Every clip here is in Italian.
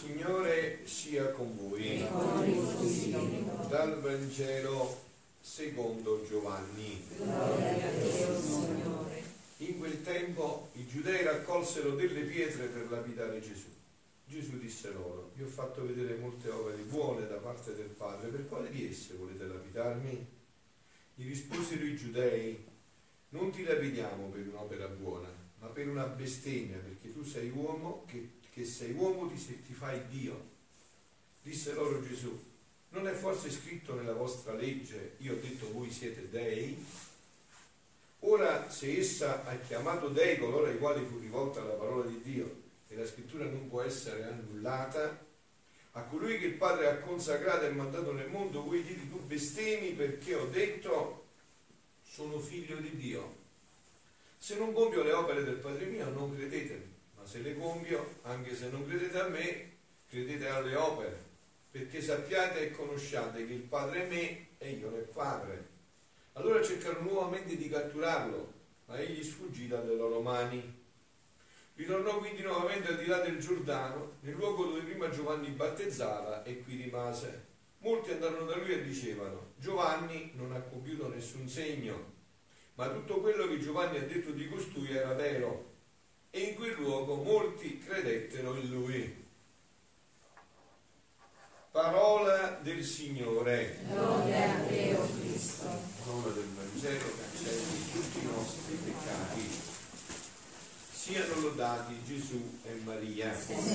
Signore sia con voi. Dal Vangelo secondo Giovanni. Gloria a Dio, Signore. In quel tempo i giudei raccolsero delle pietre per lapidare Gesù. Gesù disse loro: vi ho fatto vedere molte opere buone da parte del Padre, per quale di esse volete lapidarmi? Gli risposero i giudei: non ti lapidiamo per un'opera buona, ma per una bestemmia, perché tu sei uomo, che sei uomo ti fai Dio. Disse loro Gesù: non è forse scritto nella vostra legge, io ho detto voi siete dei? Ora, se essa ha chiamato dei coloro ai quali fu rivolta la parola di Dio, e la scrittura non può essere annullata, a colui che il Padre ha consacrato e mandato nel mondo, voi dite: tu bestemmi, perché ho detto sono figlio di Dio. Se non compio le opere del Padre mio, non credetemi, ma se le compio, anche se non credete a me, credete alle opere, perché sappiate e conosciate che il Padre è me e io nel Padre. Allora cercarono nuovamente di catturarlo, ma egli sfuggì dalle loro mani. Ritornò quindi nuovamente al di là del Giordano, nel luogo dove prima Giovanni battezzava, e qui rimase. Molti andarono da lui e dicevano: Giovanni non ha compiuto nessun segno, ma tutto quello che Giovanni ha detto di costui era vero. E in quel luogo molti credettero in lui. Parola del Signore. Gloria a Dio Cristo. Parola del Vangelo cancelli tutti i nostri peccati. Siano lodati Gesù e Maria.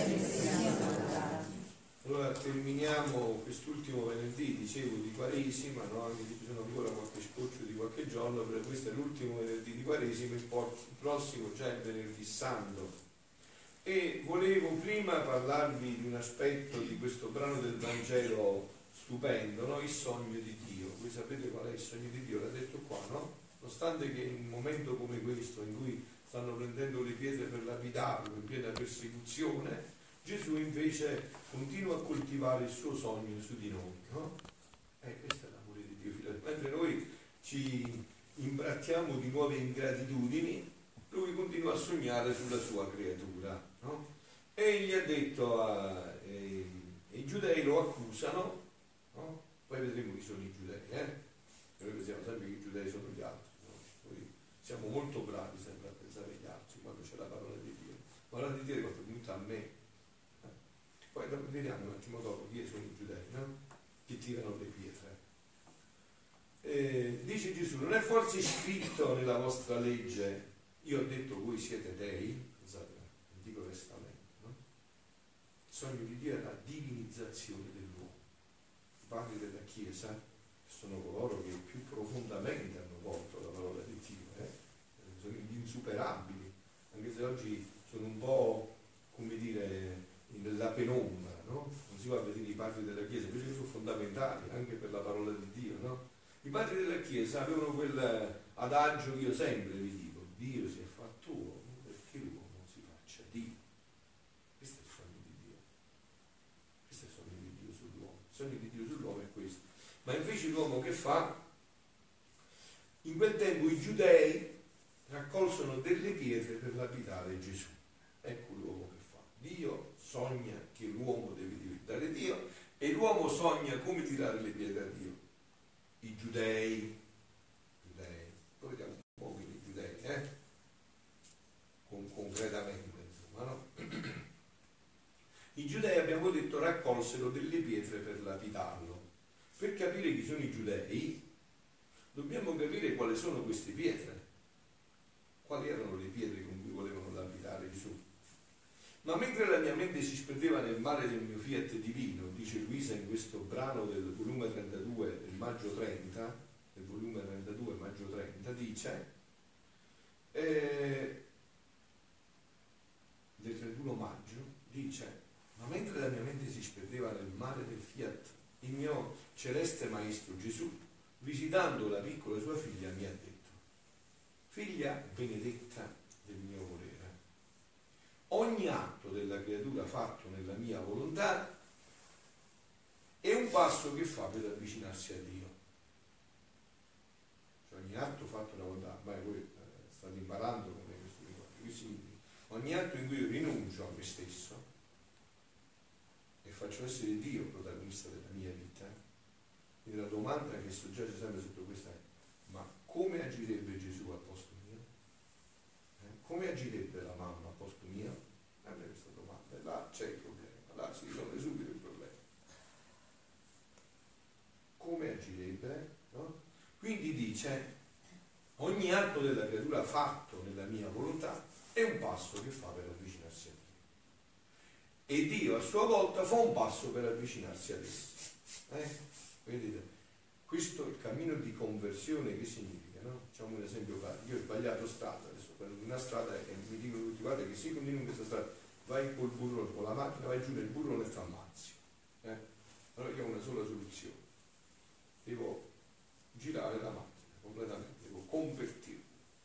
Allora terminiamo quest'ultimo venerdì, dicevo, di Quaresima, no? Anche se ci sono ancora qualche scoccio di qualche giorno, però questo è l'ultimo venerdì di Quaresima, il prossimo già è il venerdì santo. E volevo prima parlarvi di un aspetto di questo brano del Vangelo stupendo, no? Il sogno di Dio. Voi sapete qual è il sogno di Dio? L'ha detto qua, no? Nonostante che in un momento come questo, in cui stanno prendendo le pietre per lapidarlo, in piena persecuzione, Gesù invece continua a coltivare il suo sogno su di noi, no? Questo è l'amore di Dio, figlio. Mentre noi ci imbrattiamo di nuove ingratitudini, lui continua a sognare sulla sua creatura, no? E gli ha detto i giudei lo accusano, no? Poi vedremo chi sono i giudei, Noi pensiamo sempre che i giudei sono gli altri, no? Noi siamo molto bravi sempre a pensare agli altri quando c'è la parola di Dio. La parola di Dio è venuta a me. Poi vediamo un attimo dopo chi sono i giudei, no? Che tirano le pietre. Dice Gesù: non è forse scritto nella vostra legge, io ho detto voi siete dei? Pensate, l'Antico Testamento, no? Il sogno di Dio è la divinizzazione dell'uomo. I padri della Chiesa sono coloro che più profondamente hanno volto la parola di Dio, sono gli insuperabili, anche se oggi sono un po', come dire, nella penombra, no? Non si va a vedere i padri della Chiesa, invece sono fondamentali anche per la parola di Dio, no? I padri della Chiesa avevano quel adagio che io sempre vi dico: Dio si è fatto uomo perché l'uomo si faccia Dio. Questo è il sogno di Dio. Questo è il sogno di Dio sull'uomo. Il sogno di Dio sull'uomo è questo. Ma invece l'uomo che fa? In quel tempo i giudei raccolsero delle pietre per lapidare Gesù. Ecco l'uomo che fa. Dio sogna che l'uomo deve diventare Dio e l'uomo sogna come tirare le pietre a Dio. I giudei, poi vediamo un po' quindi i giudei, concretamente, insomma, no? I giudei, abbiamo detto, raccolsero delle pietre per lapidarlo. Per capire chi sono i giudei dobbiamo capire quali sono queste pietre, quali erano le pietre con cui volevano lapidare Gesù. Ma mentre la mia mente si sperdeva nel mare del mio fiat divino, dice Luisa in questo brano del volume 32 del maggio 30, dice del 31 maggio, dice: ma mentre la mia mente si sperdeva nel mare del fiat, il mio celeste maestro Gesù, visitando la piccola sua figlia, mi ha detto: figlia benedetta del mio volere, ogni atto della creatura fatto nella mia volontà è un passo che fa per avvicinarsi a Dio. Cioè ogni atto fatto nella volontà, ma voi state imparando come questo linguaggio, che significa? Ogni atto in cui io rinuncio a me stesso, faccio essere Dio protagonista della mia vita. Quindi la domanda che soggiace sempre sotto questa è: ma come agirebbe Gesù al posto mio? Come agirebbe la mamma al posto mio? A me questa domanda, e là c'è il problema, là si risolve subito il problema. Come agirebbe? No? Quindi dice: ogni atto della creatura fatto nella mia volontà è un passo che fa per avvicinarsi a Dio. E Dio a sua volta fa un passo per avvicinarsi ad esso. Vedete? Questo è il cammino di conversione. Che significa? No? Facciamo un esempio pratico. Io ho sbagliato strada, adesso prendo una strada e mi dicono tutti: guarda che se continui in questa strada vai col burrone, con la macchina, vai giù nel burrone e ti ammazzi. Allora io ho una sola soluzione: devo girare la macchina completamente, devo convertirla.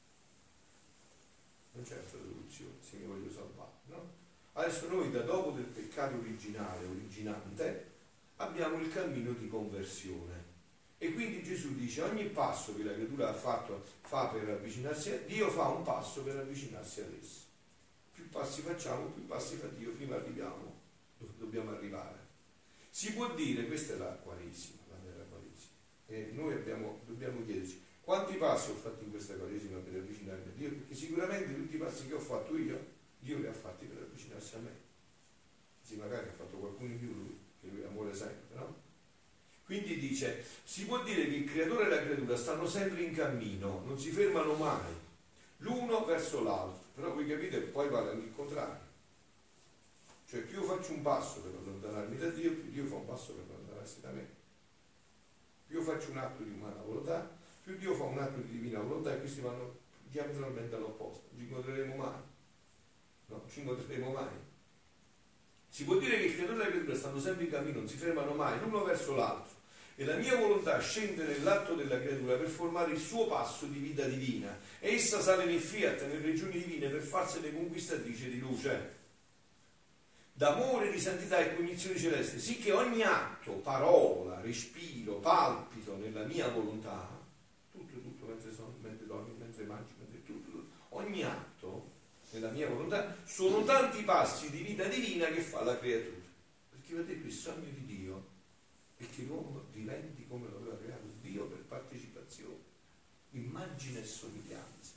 Non c'è altra soluzione se mi voglio salvare, no? Adesso noi, da dopo del peccato originale, originante, abbiamo il cammino di conversione. E quindi Gesù dice: ogni passo che la creatura ha fatto fa per avvicinarsi a Dio, fa un passo per avvicinarsi ad esso. Più passi facciamo, più passi fa Dio, prima arriviamo dove dobbiamo arrivare. Si può dire, questa è la Quaresima, la vera Quaresima, e noi dobbiamo chiederci: quanti passi ho fatto in questa Quaresima per avvicinarmi a Dio? Perché sicuramente tutti i passi che ho fatto io, Dio li ha fatti per avvicinarsi a me. Sì, magari ha fatto qualcuno in più lui, che lui amore sempre, no? Quindi dice: si può dire che il creatore e la creatura stanno sempre in cammino, non si fermano mai, l'uno verso l'altro. Però voi capite, poi vale il contrario. Cioè, più io faccio un passo per allontanarmi da Dio, più Dio fa un passo per allontanarsi da me. Più io faccio un atto di umana volontà, più Dio fa un atto di divina volontà, e questi vanno diametralmente all'opposto. Non ci incontreremo mai. No, ci incontreremo mai. Si può dire che il creatore e la creatura stanno sempre in cammino, non si fermano mai, l'uno verso l'altro. E la mia volontà scende nell'atto della creatura per formare il suo passo di vita divina. E essa sale nel fiat, nelle regioni divine, per farsene conquistatrice di luce, d'amore, di santità e cognizione celeste, sì che ogni atto, parola, respiro, palpito nella mia volontà, tutto mentre dormi, mentre mangi, mentre tutto, ogni atto nella mia volontà sono tanti passi di vita divina che fa la creatura. Perché vedete, il sogno di Dio è che l'uomo diventi come lo aveva creato Dio, per partecipazione, immagine e somiglianza.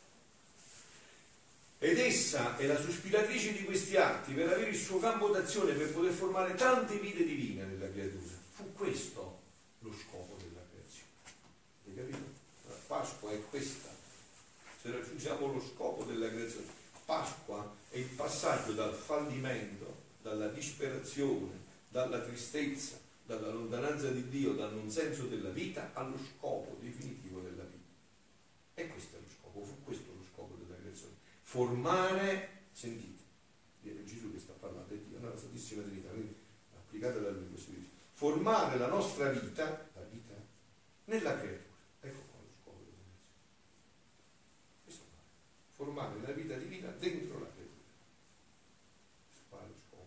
Ed essa è la sospiratrice di questi atti per avere il suo campo d'azione, per poter formare tante vite divine nella creatura. Fu questo lo scopo della creazione. Avete capito? La Pasqua è questa. Se raggiungiamo lo scopo della creazione, Pasqua è il passaggio dal fallimento, dalla disperazione, dalla tristezza, dalla lontananza di Dio, dal non senso della vita, allo scopo definitivo della vita. E questo è lo scopo, fu questo lo scopo della creazione. Formare, sentite, è Gesù che sta parlando, è Dio, no? La Santissima Trinità, quindi applicata da lui questo dice: formare la nostra vita, la vita, nella creatura. Ecco qua lo scopo della creazione. Questo è formare la vita divina dentro la creatura. Questo qua è lo scopo.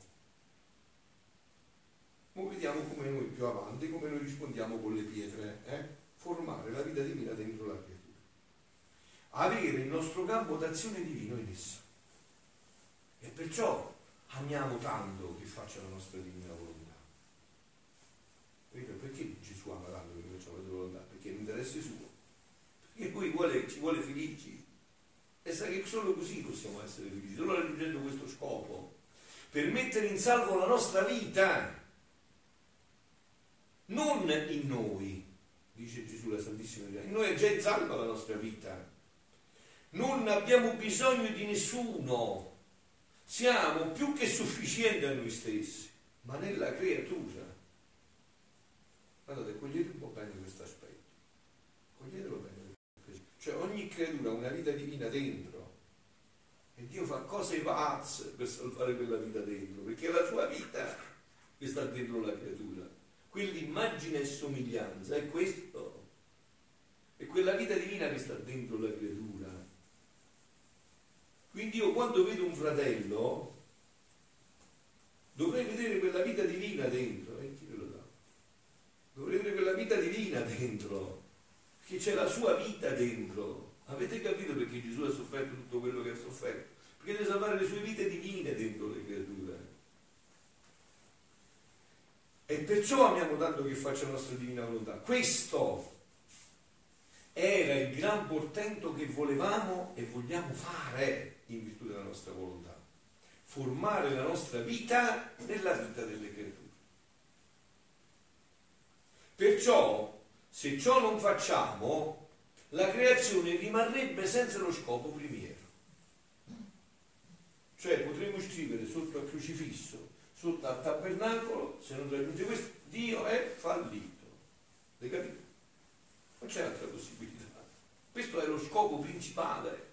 Ora vediamo come noi più avanti, come noi rispondiamo con le pietre, formare la vita divina dentro la creatura. Avere il nostro campo d'azione divino in esso. E perciò amiamo tanto che faccia la nostra divina volontà. Perché Gesù ama tanto che faccia la sua volontà? Perché è l'interesse suo. Perché lui ci vuole felici. E sa che solo così possiamo essere felici, solo raggiungendo questo scopo, per mettere in salvo la nostra vita. Non in noi, dice Gesù la Santissima Trinità, in noi è già in salva la nostra vita. Non abbiamo bisogno di nessuno, siamo più che sufficienti a noi stessi, ma nella creatura. Guardate, cogliete un po' bene questo aspetto, coglietelo bene, cioè ogni creatura ha una vita divina dentro, e Dio fa cose pazze per salvare quella vita dentro, perché è la sua vita che sta dentro la creatura, quell'immagine e somiglianza è questo, è quella vita divina che sta dentro la creatura. Quindi io, quando vedo un fratello, dovrei vedere quella vita divina dentro, e chi me lo dà? Dovrei vedere quella vita divina dentro, che c'è la sua vita dentro. Avete capito perché Gesù ha sofferto tutto quello che ha sofferto? Perché deve salvare le sue vite divine dentro le creature. E perciò amiamo tanto che faccia la nostra divina volontà. Questo era il gran portento che volevamo e vogliamo fare in virtù della nostra volontà. Formare la nostra vita nella vita delle creature. Perciò, se ciò non facciamo, la creazione rimarrebbe senza lo scopo primiero. Cioè potremmo scrivere sotto al crocifisso, sotto al tabernacolo, se non raggiunge questo, Dio è fallito. Hai capito? Non c'è altra possibilità. Questo è lo scopo principale.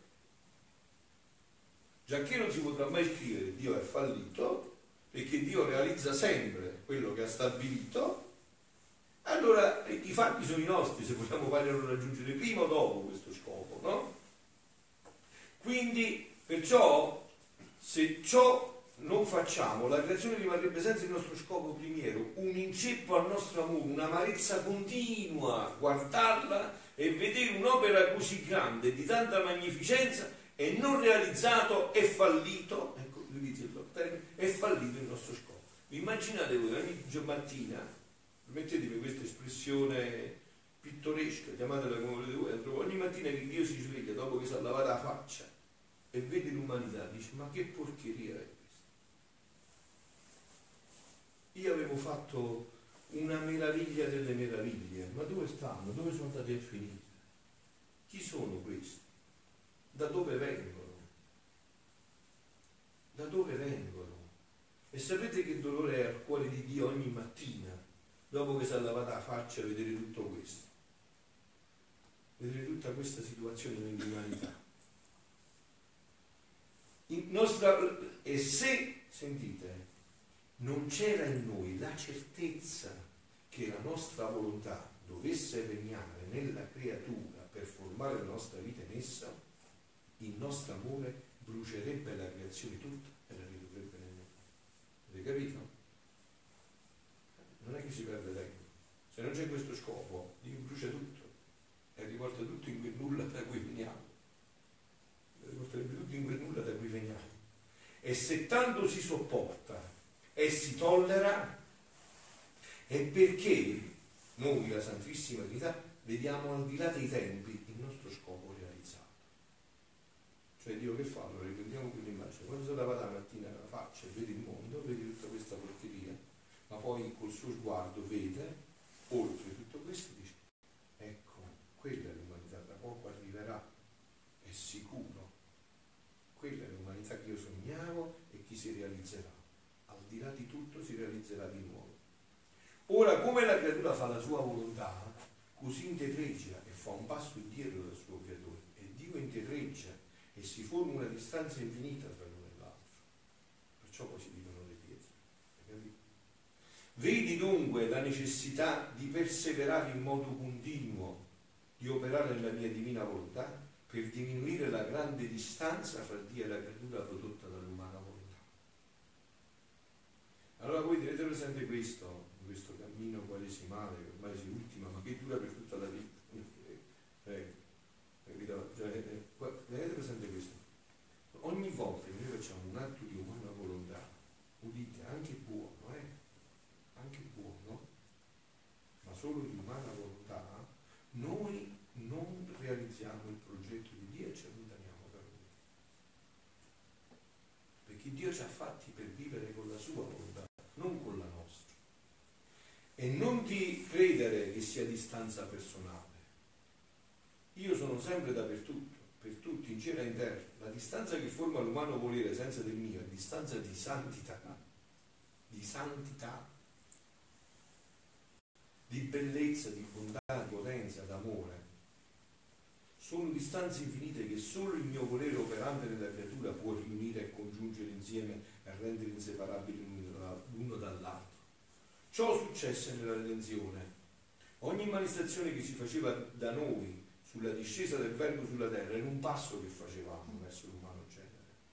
Giacché non si potrà mai scrivere Dio è fallito, perché Dio realizza sempre quello che ha stabilito, allora i fatti sono i nostri, se vogliamo farlo raggiungere prima o dopo questo scopo, no? Quindi, perciò, se ciò non facciamo, la creazione rimarrebbe senza il nostro scopo primiero, un inceppo al nostro amore, un'amarezza continua, guardarla e vedere un'opera così grande, di tanta magnificenza, e non realizzato e fallito, ecco, lui dice è fallito il nostro scopo. Vi immaginate voi ogni mattina, permettetemi questa espressione pittoresca, chiamatela come volete voi, ogni mattina che Dio si sveglia dopo che si è lavata la faccia e vede l'umanità, dice ma che porcheria è questa? Io avevo fatto una meraviglia delle meraviglie, ma dove stanno? Dove sono andati a finire? Chi sono questi? Da dove vengono? Da dove vengono? E sapete che dolore è al cuore di Dio ogni mattina, dopo che si è lavata la faccia, vedere tutto questo? Vedere tutta questa situazione nell'umanità. E se, sentite, non c'era in noi la certezza che la nostra volontà dovesse regnare nella creatura per formare la nostra vita in essa, il nostro amore brucerebbe la creazione tutta e la ridurrebbe nel mondo. Avete capito? Non è che si perde tempo. Se non c'è questo scopo, Dio brucia tutto e riporta tutto in quel nulla da cui veniamo. Riporterebbe tutto in quel nulla da cui veniamo. E se tanto si sopporta e si tollera, è perché noi, la Santissima Trinità, vediamo al di là dei tempi il nostro scopo realizzato. Cioè Dio che fa? Allora riprendiamo quell'immagine. Quando si lava la mattina la faccia e vede il mondo, vede tutta questa porcheria, ma poi col suo sguardo vede, oltre tutto questo, dice, ecco, quella è l'umanità, da poco arriverà, è sicuro. Quella è l'umanità che io sognavo e che si realizzerà. Al di là di tutto si realizzerà di nuovo. Ora, come la creatura fa la sua volontà, così integreggia e fa un passo indietro dal suo creatore. E Dio integreggia e si forma una distanza infinita tra l'uno e l'altro. Perciò poi si dicono le pietre. Capito? Vedi dunque la necessità di perseverare in modo continuo, di operare nella mia divina volontà, per diminuire la grande distanza fra Dio e la creatura prodotta dall'umana volontà. Allora voi tenete presente questo, in questo cammino quaresimale che ormai si ultima, ma che dura per tutta la vita. Tenete presente questo. Ogni volta che noi facciamo un atto di umana volontà, udite, anche buono, anche buono, ma solo di umana volontà, noi non realizziamo il progetto di Dio e ci allontaniamo da Lui. Perché Dio ci ha fatti per vivere con la sua volontà, non con la nostra. E non ti credere che sia distanza personale. Io sono sempre dappertutto, per tutti, in cielo e in terra. La distanza che forma l'umano volere senza del mio è distanza di santità, di bellezza, di bontà, di potenza, d'amore. Sono distanze infinite che solo il mio volere operante nella creatura può riunire e congiungere insieme e rendere inseparabili l'uno dall'altro. Ciò successe nella redenzione. Ogni manifestazione che si faceva da noi sulla discesa del Verbo sulla terra era un passo che facevamo verso l'umano genere.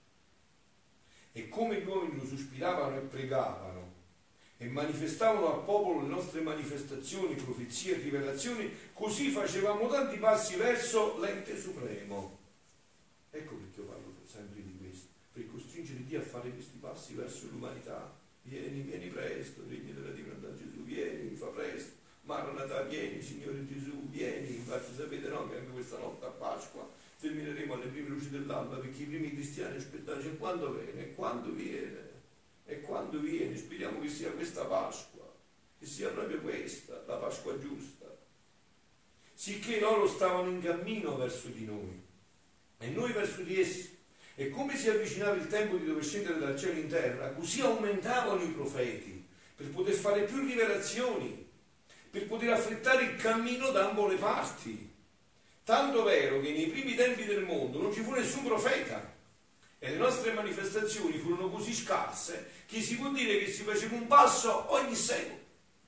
E come gli uomini lo sospiravano e pregavano e manifestavano al popolo le nostre manifestazioni, profezie e rivelazioni, così facevamo tanti passi verso l'ente supremo. Ecco perché io parlo sempre di questo, per costringere Dio a fare questi passi verso l'umanità vieni, vieni presto, regno della divinità Gesù, vieni, mi fa presto, Maranatha, vieni, Signore Gesù, vieni. Infatti sapete, no, che anche questa notte a Pasqua termineremo alle prime luci dell'alba, perché i primi cristiani aspettano, cioè, quando viene, e quando viene, e quando viene. Speriamo che sia questa Pasqua, che sia proprio questa, la Pasqua giusta. Sicché loro stavano in cammino verso di noi, e noi verso di essi. E come si avvicinava il tempo di dover scendere dal cielo in terra, così aumentavano i profeti, per poter fare più rivelazioni, per poter affrettare il cammino da ambo le parti. Tanto vero che nei primi tempi del mondo non ci fu nessun profeta, e le nostre manifestazioni furono così scarse che si può dire che si faceva un passo ogni secolo.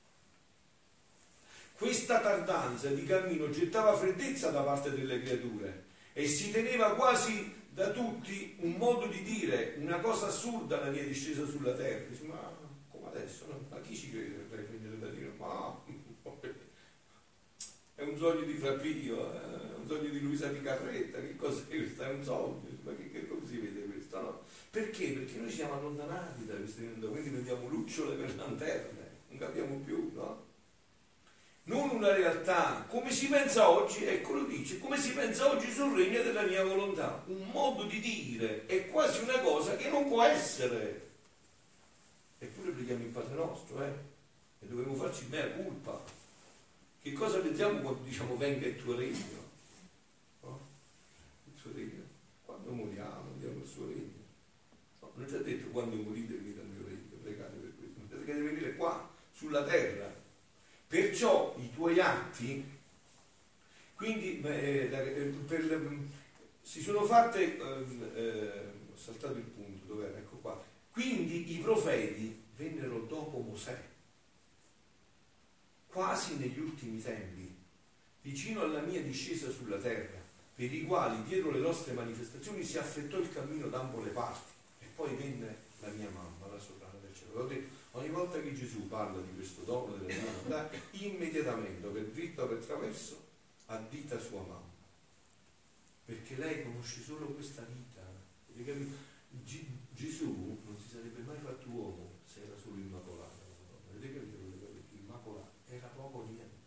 Questa tardanza di cammino gettava freddezza da parte delle creature e si teneva quasi da tutti un modo di dire, una cosa assurda la mia discesa sulla terra. Dice, ma come adesso? No? Ma chi ci crede per venire da dire? Ma è un sogno di Frappio, è un sogno di Luisa Picarretta, che cos'è questo? È un sogno, ma come si vede questo? No? Perché? Perché noi siamo allontanati da questo mondo, quindi prendiamo lucciole per lanterne, non capiamo più, no? Non una realtà, come si pensa oggi, ecco lo dice, come si pensa oggi sul regno della mia volontà, un modo di dire, è quasi una cosa che non può essere. Eppure preghiamo il Padre nostro, e dovremmo farci mea culpa. Che cosa pensiamo quando diciamo venga il tuo regno? No? Il suo regno. Quando moriamo, andiamo al suo regno. No, non ci ha detto quando morite venite al mio regno, pregate per questo, perché deve venire qua, sulla terra. Perciò i tuoi atti, quindi si sono fatte, ho saltato il punto, dov'era? Ecco qua. Quindi i profeti vennero dopo Mosè, quasi negli ultimi tempi, vicino alla mia discesa sulla terra, per i quali dietro le nostre manifestazioni si affrettò il cammino da ambo le parti, e poi venne la mia mamma, la sovrana del cielo. Ogni volta che Gesù parla di questo dono della mia volontà, immediatamente, per dritto o per traverso, addita sua mamma, perché lei conosce solo questa vita. Gesù non si sarebbe mai fatto uomo se era solo immacolato. Avete capito? Immacolato era poco niente.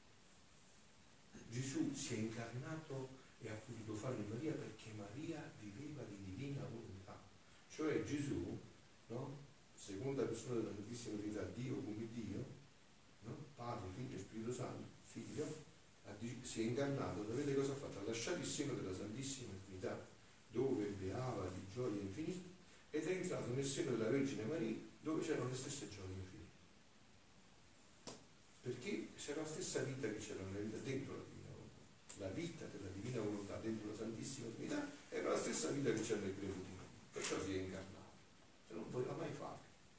Gesù si è incarnato e ha potuto farlo in Maria perché Maria viveva di divina volontà. Cioè Gesù, no? Seconda persona della Santissima Trinità, Dio come Dio, no? Padre, Figlio e Spirito Santo, Figlio, si è incarnato. Sapete cosa ha fatto? Ha lasciato il seno della Santissima Trinità, dove beava di gioia infinita, ed è entrato nel seno della Vergine Maria, dove c'erano le stesse gioie infinite. Perché c'era la stessa vita che c'era nella vita dentro la Divina Volontà. La vita della Divina Volontà dentro la Santissima Trinità era la stessa vita che c'era nel credo di noi. Perciò si è incarnato. Se non voleva mai farlo.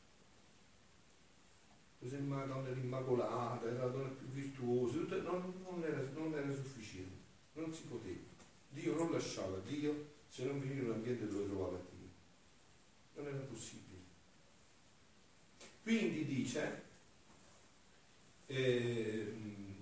Una donna era immacolata, era la donna più virtuosa, non era sufficiente, non si poteva. Dio non lasciava Dio se non veniva in un ambiente dove trovava Dio. Non era possibile. Quindi dice, e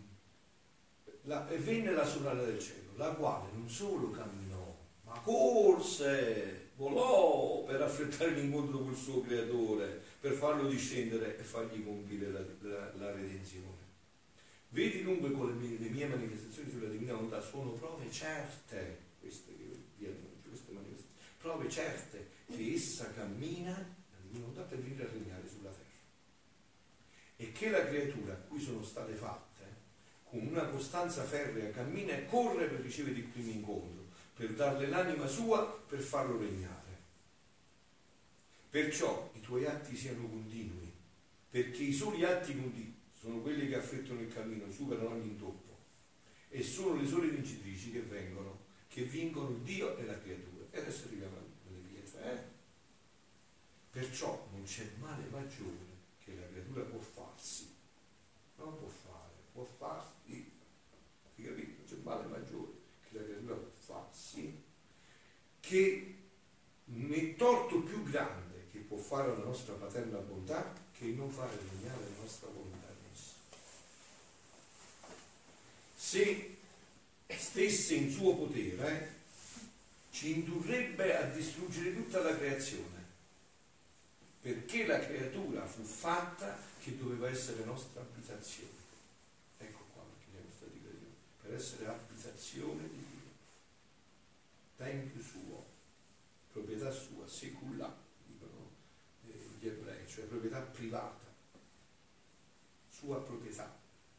venne la sovrana del cielo, la quale non solo camminò, ma corse, volò per affrettare l'incontro col suo creatore, per farlo discendere e fargli compiere la redenzione. Vedi dunque con le mie manifestazioni sulla divina volontà sono prove certe, queste manifestazioni, prove certe che essa cammina, la divina volontà, per venire a regnare sulla terra. E che la creatura a cui sono state fatte, con una costanza ferrea, cammina e corre per ricevere il primo incontro, per darle l'anima sua, per farlo regnare. Perciò i tuoi atti siano continui, perché i soli atti continui sono quelli che affrettano il cammino, superano ogni intoppo, e sono le sole vincitrici che vincono Dio e la creatura. E adesso arriviamo alle pietre. Perciò non c'è male maggiore che la creatura può farsi, non può farsi, capito? Non c'è male maggiore che la creatura può farsi, che né torto più grande che può fare la nostra paterna bontà che non fare regnare la nostra volontà in esso. Se stesse in suo potere, ci indurrebbe a distruggere tutta la creazione perché la creatura fu fatta che doveva essere nostra abitazione. Ecco qua perché siamo stati creati, per essere abitazione di Dio, tempio suo, proprietà sua, seculà, dicono gli ebrei, cioè proprietà privata, sua proprietà.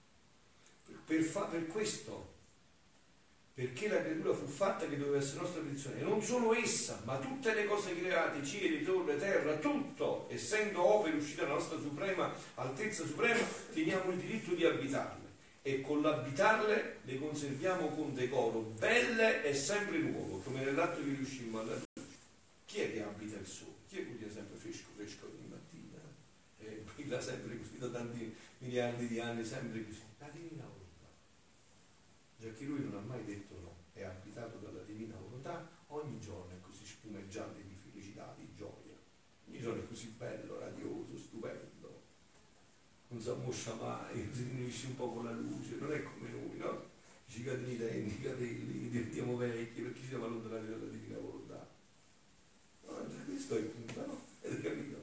Per questo, perché la creatura fu fatta che doveva essere nostra abitazione, e non solo essa, ma tutte le cose create, cieli, torre, terra, tutto, essendo opere uscite dalla nostra suprema altezza suprema, teniamo il diritto di abitarle, e con l'abitarle le conserviamo con decoro, belle e sempre nuove, come nell'atto che riuscimmo alla luce. Chi è che abita il sole? Chi è che viene sempre fresco ogni mattina? E brilla sempre così da tanti miliardi di anni, sempre così. La divina volontà. Già che lui non ha mai detto no, è abitato dalla divina volontà, ogni giorno è così spumeggiante di felicità, di gioia. Ogni giorno è così bello, radioso, stupendo. Non si ammoscia mai, si riunisce un po' con la luce, non è come noi, no? Ci cadono i denti, i capelli, diventiamo vecchi perché ci siamo allontanati dalla divina volontà. No, questo è il punto, no? Avete capito?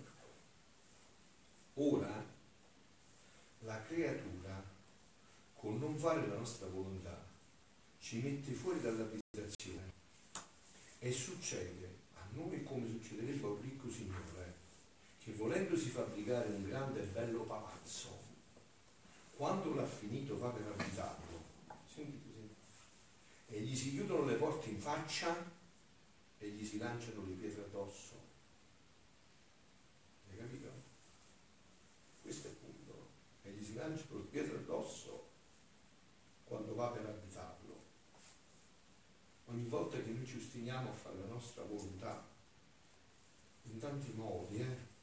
Ora, la creatura, col non fare la nostra volontà, ci mette fuori dall'abitazione, e succede a noi come succederebbe a un ricco signore che, volendosi fabbricare un grande e bello palazzo, quando l'ha finito va per abitarlo, sentite, e gli si chiudono le porte in faccia e gli si lanciano le pietre addosso. Hai capito? Questo è il punto. E gli si lanciano le pietre addosso quando va per abitarlo. Ogni volta che noi ci ostiniamo a fare la nostra volontà, in tanti modi,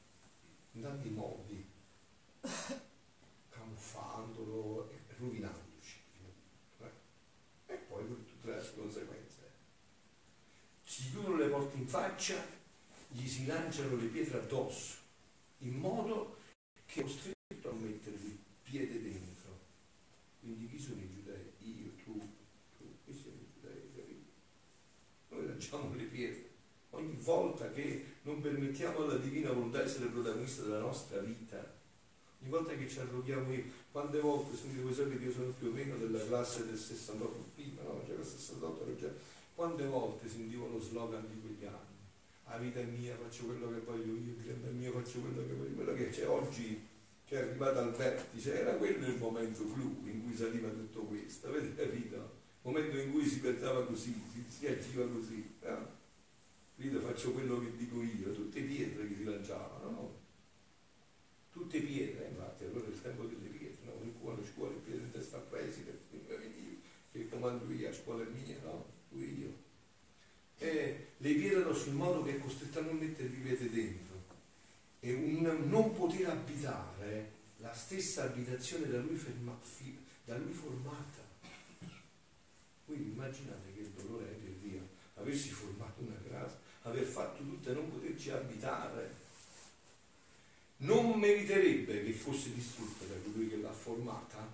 camuffandolo e rovinandoci, e poi per tutte le conseguenze. Si chiudono le porte in faccia, gli si lanciano le pietre addosso, in modo che è costretto a mettere il piede dentro. Quindi chi sono i giudei? Io, tu, qui siamo i giudei, capito? Noi lanciamo le pietre ogni volta che non permettiamo alla divina volontà di essere protagonista della nostra vita, ogni volta che ci arroghiamo. Quante volte sentite, voi sapete che io sono più o meno della classe del 68 prima, no? Cioè il 68 ero già. Quante volte sentivo lo slogan di quegli anni: la vita è mia, faccio quello che voglio io, il tempo è mio, faccio quello che voglio. Quello che c'è oggi, che è arrivato al vertice, era quello il momento clou in cui saliva tutto questo, avete capito? Il momento in cui si pensava così, si agiva così, no? Io faccio quello che dico io, tutte pietre che si lanciavano, no? Tutte pietre, infatti, allora è il tempo delle pietre, no? Quando scuola le pietre in testa a preside, che comando io, a scuola è mia, no? Tu e io. E le pietre sul modo che è costretto a non mettervi pietre dentro, e un non poter abitare la stessa abitazione da lui formata. Voi immaginate che il dolore è per Dio aversi formato una casa, aver fatto tutto e non poterci abitare. Non meriterebbe che fosse distrutta da colui che l'ha formata,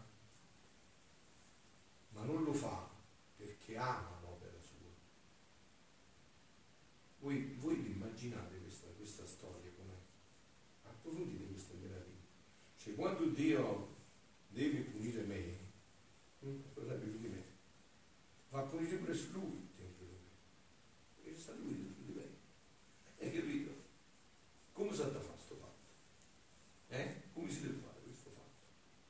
ma non lo fa perché ama l'opera sua. Voi vi immaginate questa storia com'è? Approfondite questa meraviglia. Cioè, quando Dio deve punire me, per esempio su di me, va a punire pure su lui dentro di me, perché sta lui dentro di me. Hai capito? Come si ha da fare sto fatto? Come si deve fare questo fatto?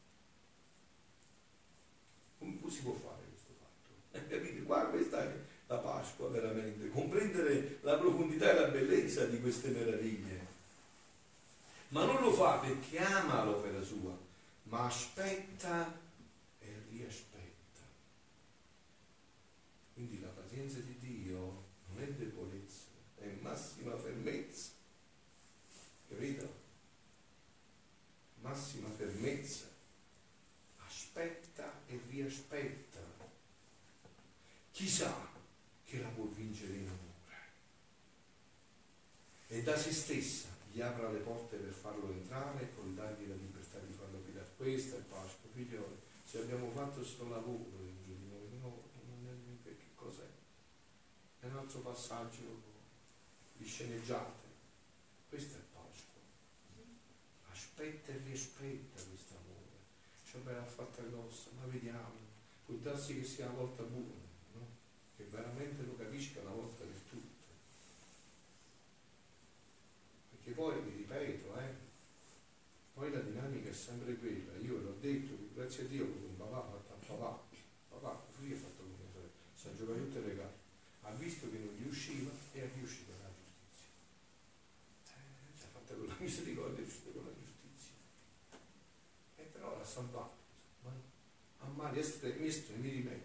Come si può fare questo fatto? Hai capito? Qua questa è la Pasqua veramente, comprendere la profondità e la bellezza di queste meraviglie. Ma non lo fa perché ama l'opera sua, ma aspetta e riaspetta. Quindi la pazienza di Dio non è debolezza, è massima fermezza. Capito? Massima fermezza. Aspetta e riaspetta. Chissà che la può vincere in amore. E da se stessa gli apra le porte per farlo entrare e poi dargli la libertà di farlo abitare. Questa è Pasqua, figlioli. Se abbiamo fatto sto lavoro dentro di noi, no, non è, che cos'è? È un altro passaggio di sceneggiate. Questa è Pasqua. aspetta questo amore, ci avrà fatta grossa, ma vediamo, può darsi che sia una volta buona, no? Che veramente lo capisca una volta per tutte. Perché poi, vi ripeto, poi la dinamica è sempre quella. Io l'ho detto, grazie a Dio, un papà ha fatto a papà, così ha fatto con mia sorella, sa giocare tutte le carte, ha visto che non gli usciva e è riuscito alla giustizia. Ci ha fatta con la misericordia, è riuscito con la giustizia. E però l'ha salvato. A mali estremi rimedi.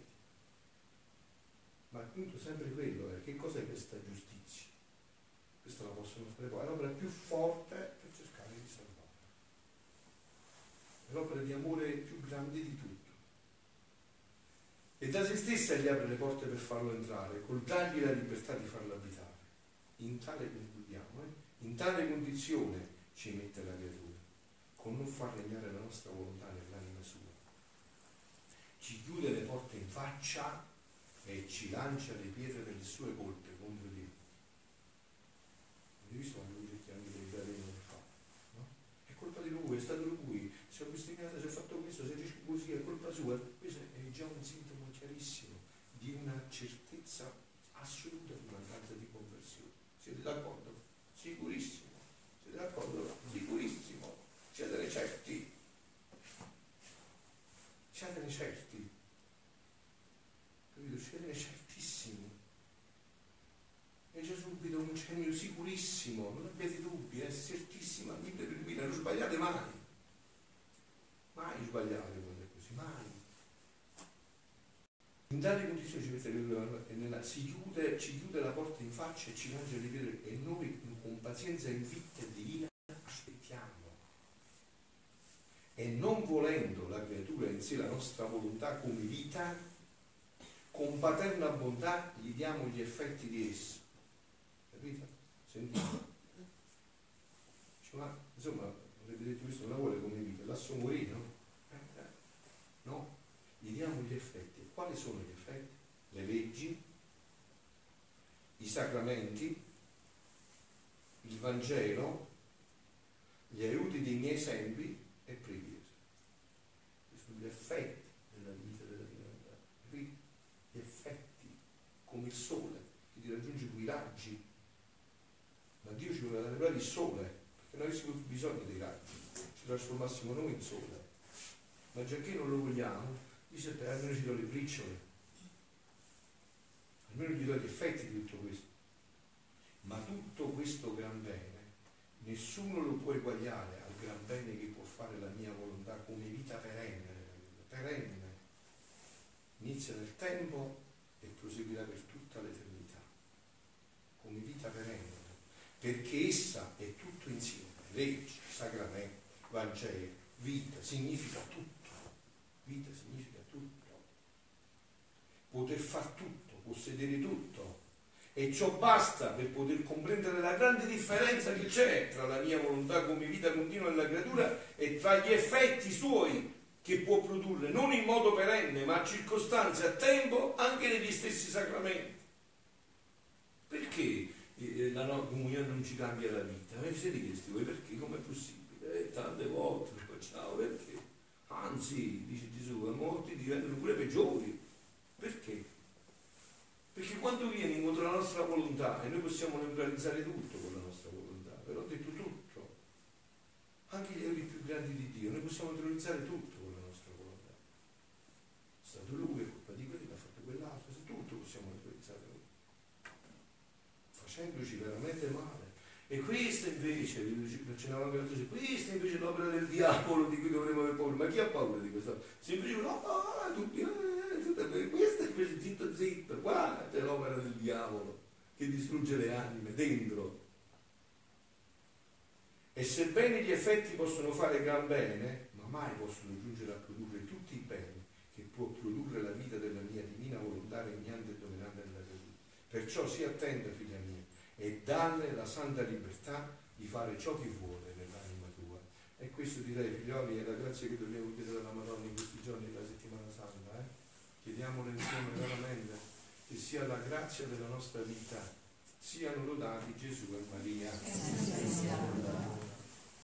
Ma il punto è sempre quello, che cos'è questa giustizia? Questa la possono fare poi, è l'opera più forte per cercare di salvare. È l'opera di amore più grande di tutto. E da se stessa gli apre le porte per farlo entrare, col dargli la libertà di farlo abitare. In tale condizione ci mette la creatura, con non far regnare la nostra volontà nell'anima sua. Ci chiude le porte in faccia e ci lancia le pietre delle sue colpe contro Dio. Avete visto quando lui cerchiamo di evitare non fa? No? È colpa di lui, è stato lui, si è bestemmiato, si è fatto questo, si è rischiato così, è colpa sua. Questo è già un sintomo chiarissimo di una certezza assoluta di mancanza di conversione. Siete d'accordo? Sicurissimo. Siete d'accordo? Sicurissimo. Siete certi. Siatene certi, capito? Siatene certissimi. È già subito un cenno sicurissimo, non abbiate dubbi, è certissima, 1000 per 1000, non sbagliate mai. Mai sbagliate quando è così, mai. In tale condizione ci chiude la porta in faccia e ci lancia le pietre e noi con pazienza invitta e divina aspettiamo. E non volendo la creatura in sé la nostra volontà come vita, con paterna bontà gli diamo gli effetti di essa. Capito? Sentite? Ma insomma, avete detto questo non la vuole come vita, lascio morire, no? No, gli diamo gli effetti. E quali sono gli effetti? Le leggi, i sacramenti, il Vangelo, gli aiuti dei miei esempi e preghiere. Questi sono gli effetti della vita della divinità. Capite? Gli effetti, come il sole, che ti raggiunge quei raggi. Ma Dio ci voleva dare il sole, perché noi avessimo bisogno dei raggi, ci trasformassimo noi in sole. Ma già che non lo vogliamo, dice beh, almeno ci do le briciole, almeno gli do gli effetti di tutto questo. Ma tutto questo gran bene nessuno lo può eguagliare al gran bene che può fare la mia volontà come vita perenne, inizia nel tempo e proseguirà per tutta l'eternità, come vita perenne, perché essa è tutto insieme, leggi, sacramenti, Vangelo, vita, significa tutto, vita significa tutto, poter far tutto, possedere tutto. E ciò basta per poter comprendere la grande differenza che c'è tra la mia volontà come vita continua nella creatura e tra gli effetti suoi che può produrre, non in modo perenne, ma a circostanze, a tempo, anche negli stessi sacramenti. Perché la comunione non ci cambia la vita? Vi siete chiesti voi perché? Com'è possibile? Tante volte lo facciamo, perché? Anzi, dice Gesù, a molti diventano pure peggiori. Perché? Perché quando viene incontro alla nostra volontà, e noi possiamo neutralizzare tutto con la nostra volontà, però ho detto tutto, anche gli errori più grandi di Dio, noi possiamo neutralizzare tutto con la nostra volontà. È stato lui, è colpa di quello, ha fatto quell'altro, tutto possiamo neutralizzare noi, facendoci veramente male. E questa invece, questa invece è l'opera del diavolo di cui dovremmo aver paura. Ma chi ha paura di questo? Sempre dicono, questa è invece zitto, qua c'è l'opera del diavolo che distrugge le anime dentro. E sebbene gli effetti possono fare gran bene, ma mai possono giungere a produrre tutti i beni che può produrre la vita della mia divina volontà regnante e dominante nella creatura. Perciò sii attenta, figlia mia, e dalle la santa libertà di fare ciò che vuole nell'anima tua. E questo, direi, figlioli, è la grazia che dobbiamo chiedere alla Madonna in questi giorni della settimana santa. Chiediamolo insieme veramente, che sia la grazia della nostra vita. Siano lodati Gesù e Maria.